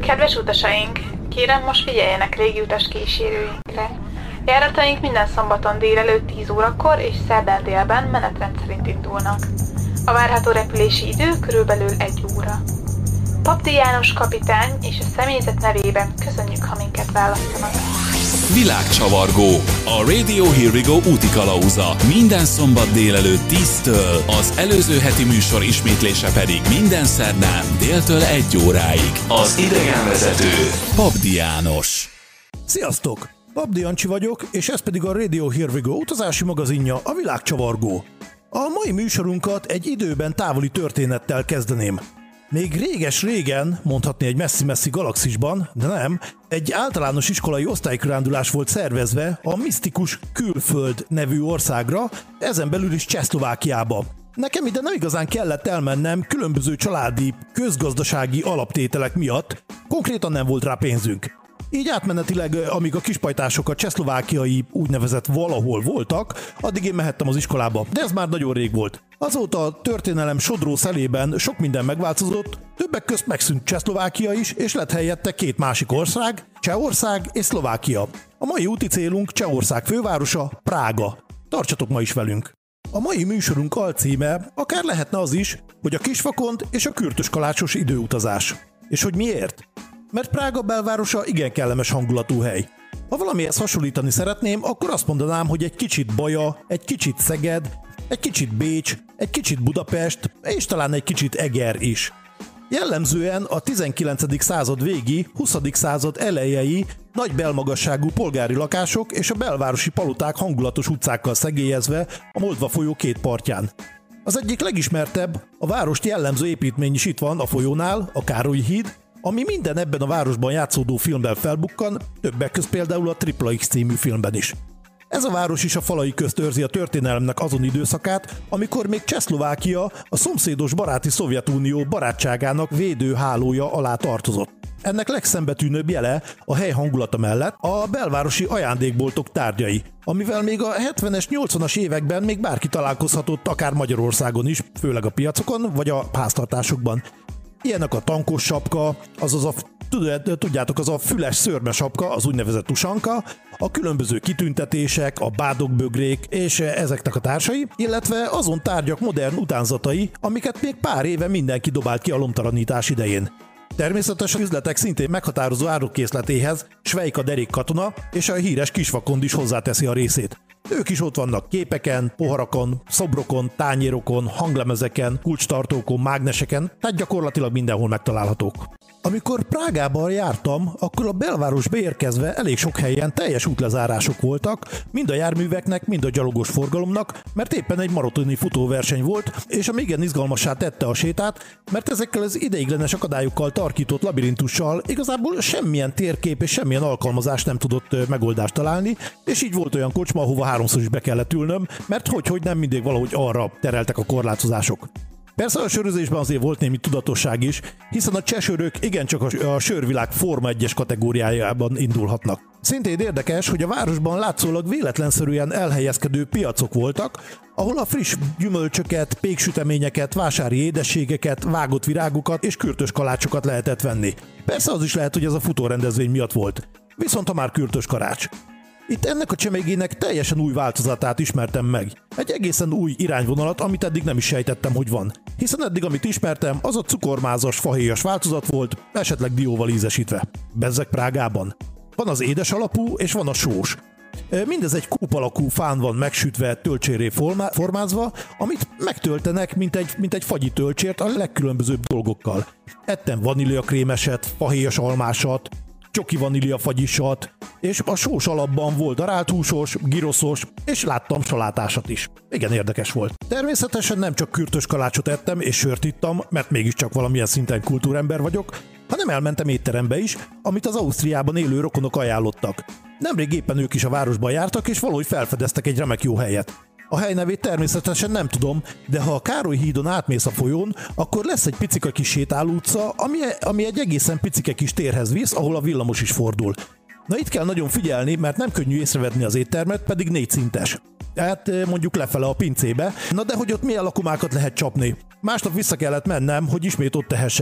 Kedves utasaink, kérem most figyeljenek légiutas kísérőinkre. Járataink minden szombaton délelőtt 10 órakor és szerdán délben menetrend szerint indulnak. A várható repülési idő körülbelül 1 óra. Papdi János kapitány és a személyzet nevében köszönjük, ha minket választanak. Világcsavargó, a Radio Here We Go útikalauza. Minden szombat délelőtt 10-től, az előző heti műsor ismétlése pedig minden szerdán déltől 1 óráig. Az idegenvezető Papdi János. Sziasztok! Papdi Jancsi vagyok, és ez pedig a Radio Here We Go utazási magazinja, a Világcsavargó. A mai műsorunkat egy időben távoli történettel kezdeném. Még réges-régen, mondhatni egy messzi-messzi galaxisban, de nem, egy általános iskolai osztálykirándulás volt szervezve a misztikus Külföld nevű országra, ezen belül is Csehszlovákiába. Nekem ide nem igazán kellett elmennem különböző családi, közgazdasági alaptételek miatt, konkrétan nem volt rá pénzünk. Így átmenetileg, amíg a kispajtások a csehszlovákiai úgynevezett valahol voltak, addig én mehettem az iskolába, de ez már nagyon rég volt. Azóta a történelem sodró szelében sok minden megváltozott, többek közt megszűnt Csehszlovákia is, és lett helyette 2 másik ország, Csehország és Szlovákia. A mai úti célunk Csehország fővárosa, Prága. Tartsatok ma is velünk! A mai műsorunk alcíme akár lehetne az is, hogy a kisvakond és a kürtöskalácsos időutazás. És hogy miért? Mert Prága belvárosa igen kellemes hangulatú hely. Ha valamihez hasonlítani szeretném, akkor azt mondanám, hogy egy kicsit Baja, egy kicsit Szeged, egy kicsit Bécs, egy kicsit Budapest, és talán egy kicsit Eger is. Jellemzően a 19. század végi, 20. század elejei nagy belmagasságú polgári lakások és a belvárosi paloták hangulatos utcákkal szegélyezve a Moldva folyó 2 partján. Az egyik legismertebb, a várost jellemző építmény is itt van a folyónál, a Károlyi híd, ami minden ebben a városban játszódó filmben felbukkan, többek közt például a Tripla X című filmben is. Ez a város is a falai közt őrzi a történelemnek azon időszakát, amikor még Csehszlovákia a szomszédos baráti Szovjetunió barátságának védőhálója alá tartozott. Ennek legszembetűnőbb jele a hely hangulata mellett a belvárosi ajándékboltok tárgyai, amivel még a 70-es, 80-as években még bárki találkozhatott akár Magyarországon is, főleg a piacokon vagy a háztartásokban. Ilyenek a tankos sapka, azaz tudjátok, az a füles szőrmes sapka, az úgynevezett tusanka, a különböző kitüntetések, a bádokbögrék és ezeknek a társai, illetve azon tárgyak modern utánzatai, amiket még pár éve mindenki dobált ki a lomtalanítás idején. Természetesen üzletek szintén meghatározó árukkészletéhez Svejka Derék katona és a híres kisvakond is hozzáteszi a részét. Ők is ott vannak képeken, poharakon, szobrokon, tányérokon, hanglemezeken, kulcstartókon, mágneseken, tehát gyakorlatilag mindenhol megtalálhatók. Amikor Prágában jártam, akkor a belvárosba érkezve elég sok helyen teljes útlezárások voltak, mind a járműveknek, mind a gyalogos forgalomnak, mert éppen egy maratoni futóverseny volt, és ami igen izgalmassá tette a sétát, mert ezekkel az ideiglenes akadályokkal tarkított labirintussal igazából semmilyen térkép és semmilyen alkalmazás nem tudott megoldást találni, és így volt olyan kocsma, ahova 3-szor is be kellett ülnöm, mert hogy nem mindig valahogy arra tereltek a korlátozások. Persze a sörözésben azért volt némi tudatosság is, hiszen a cseh sörök igencsak a sörvilág Forma 1-es kategóriájában indulhatnak. Szintén érdekes, hogy a városban látszólag véletlenszerűen elhelyezkedő piacok voltak, ahol a friss gyümölcsöket, péksüteményeket, vásári édességeket, vágott virágokat és kürtös kalácsokat lehetett venni. Persze az is lehet, hogy ez a futórendezvény miatt volt. Viszont ha már kürtös karács. Itt ennek a csemegének teljesen új változatát ismertem meg. Egy egészen új irányvonalat, amit eddig nem is sejtettem, hogy van. Hiszen eddig, amit ismertem, az a cukormázas, fahéjas változat volt, esetleg dióval ízesítve. Bezzeg Prágában. Van az édes alapú, és van a sós. Mindez egy kúp alakú fán van megsütve, tölcsérré formázva, amit megtöltenek, mint egy fagyi tölcsért a legkülönbözőbb dolgokkal. Ettem vaníliakrémeset, fahéjas almásat, csoki vanília fagyisat, és a sós alapban volt darált húsos, giroszos, és láttam salátásat is. Igen érdekes volt. Természetesen nem csak kürtös kalácsot ettem és sört ittam, mert mégiscsak valamilyen szinten kultúrember vagyok, hanem elmentem étterembe is, amit az Ausztriában élő rokonok ajánlottak. Nemrég éppen ők is a városban jártak, és valahogy felfedeztek egy remek jó helyet. A hely nevét természetesen nem tudom, de ha a Károly hídon átmész a folyón, akkor lesz egy picika kis sétáló utca, ami egy egészen picike kis térhez visz, ahol a villamos is fordul. Na itt kell nagyon figyelni, mert nem könnyű észrevenni az éttermet, pedig 4 szintes. Tehát mondjuk lefele a pincébe, na de hogy ott milyen lakomákat lehet csapni. Másnap vissza kellett mennem, hogy ismét ott tehessek.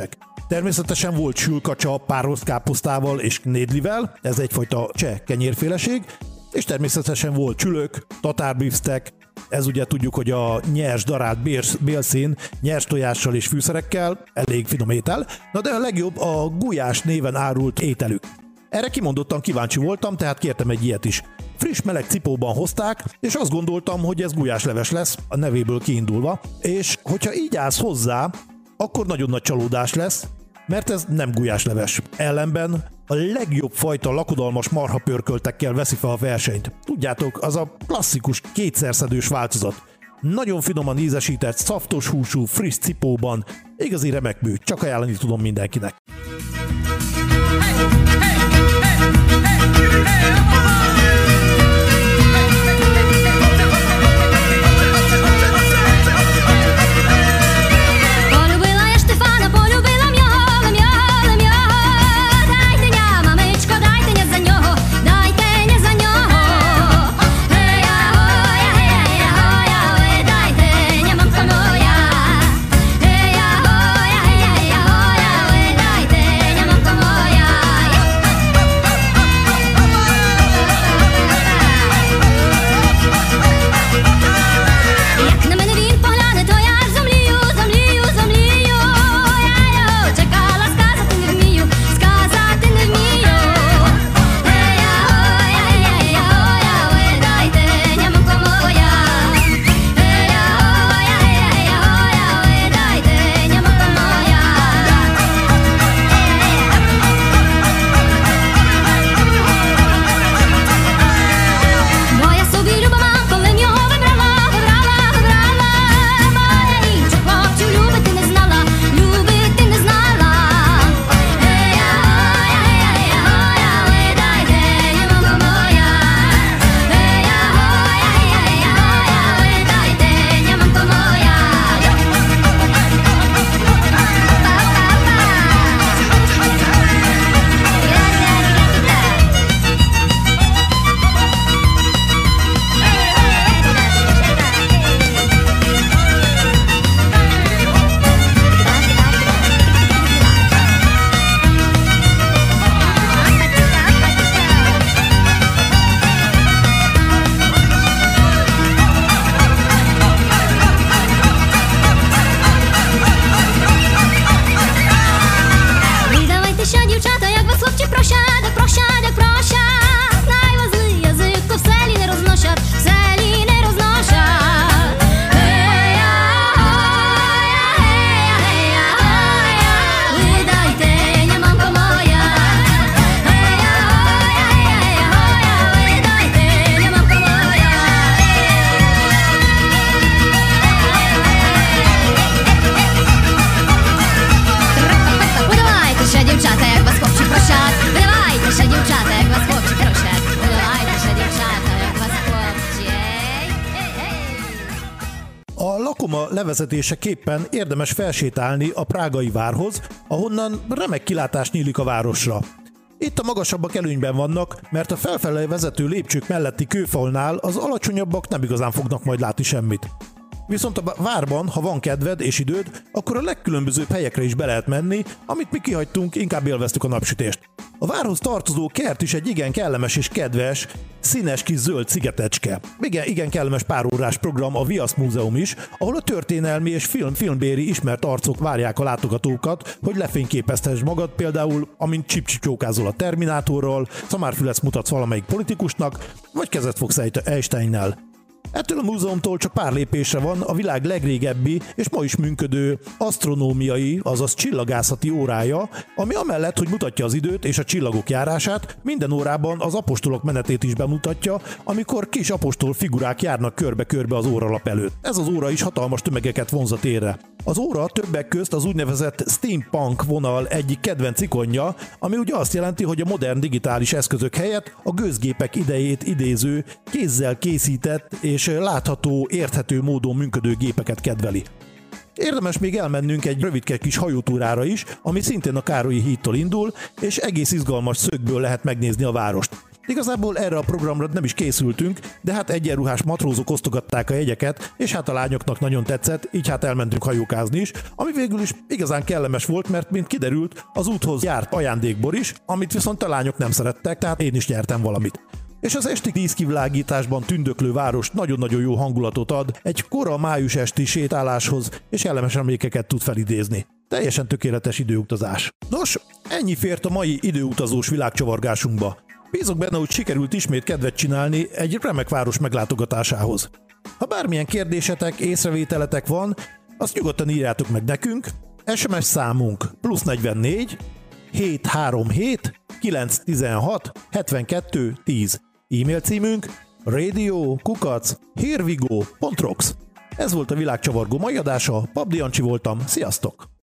Természetesen volt sülkacsa párolt káposztával és nédlivel, ez egyfajta cseh kenyérféleség, és természetesen volt csülök, tatárbifsztek, ez ugye tudjuk, hogy a nyers darált bélszín, nyers tojással és fűszerekkel, elég finom étel, na de a legjobb a gulyás néven árult ételük. Erre kimondottan kíváncsi voltam, tehát kértem egy ilyet is. Friss meleg cipóban hozták, és azt gondoltam, hogy ez gulyásleves lesz, a nevéből kiindulva, és hogyha így állsz hozzá, akkor nagyon nagy csalódás lesz, mert ez nem gulyásleves. Ellenben a legjobb fajta lakodalmas marhapörköltekkel veszi fel a versenyt. Tudjátok, az a klasszikus kétszerszedős változat. Nagyon finoman ízesített, szaftos húsú, friss cipóban, igazi remek mű, csak ajánlani tudom mindenkinek. Levezetéseképpen érdemes felsétálni a prágai várhoz, ahonnan remek kilátás nyílik a városra. Itt a magasabbak előnyben vannak, mert a felfelé vezető lépcsők melletti kőfalnál az alacsonyabbak nem igazán fognak majd látni semmit. Viszont a várban, ha van kedved és időd, akkor a legkülönbözőbb helyekre is be lehet menni, amit mi kihagytunk, inkább élveztük a napsütést. A várhoz tartozó kert is egy igen kellemes és kedves, színes kis zöld szigetecske. Igen kellemes párórás program a Viasz Múzeum is, ahol a történelmi és filmbéri ismert arcok várják a látogatókat, hogy lefényképezhess magad, például amint csipcsicsókázol a Terminátorral, szamárfülesz mutatsz valamelyik politikusnak, vagy kezet fogsz Einsteinnel. Ettől a múzeumtól csak pár lépésre van a világ legrégebbi és ma is működő asztronómiai, azaz csillagászati órája, ami amellett, hogy mutatja az időt és a csillagok járását, minden órában az apostolok menetét is bemutatja, amikor kis apostol figurák járnak körbe-körbe az óralap előtt. Ez az óra is hatalmas tömegeket vonz a térre. Az óra többek közt az úgynevezett steampunk vonal egyik kedvenc ikonja, ami ugye azt jelenti, hogy a modern digitális eszközök helyett a gőzgépek idejét idéző, kézzel készített és látható, érthető módon működő gépeket kedveli. Érdemes még elmennünk egy rövidke kis hajótúrára is, ami szintén a Károlyi hídtól indul, és egész izgalmas szögből lehet megnézni a várost. Igazából erre a programra nem is készültünk, de hát egyenruhás matrózok osztogatták a jegyeket, és hát a lányoknak nagyon tetszett, így hát elmentünk hajókázni is, ami végül is igazán kellemes volt, mert mint kiderült, az úthoz járt ajándékbor is, amit viszont a lányok nem szerettek, tehát én is nyertem valamit. És az esti díszkivilágításban tündöklő város nagyon-nagyon jó hangulatot ad egy kora május esti sétáláshoz, és kellemes emlékeket tud felidézni. Teljesen tökéletes időutazás. Nos, ennyi fért a mai időutazós világcsavargásunkba. Bízok benne, hogy sikerült ismét kedvet csinálni egy remek város meglátogatásához. Ha bármilyen kérdésetek, észrevételetek van, azt nyugodtan írjátok meg nekünk. SMS számunk +44 737 916 72 10. E-mail címünk radio@herevigo.rocks. Ez volt a Világcsavargó mai adása, Pabdi Jancsi voltam, sziasztok!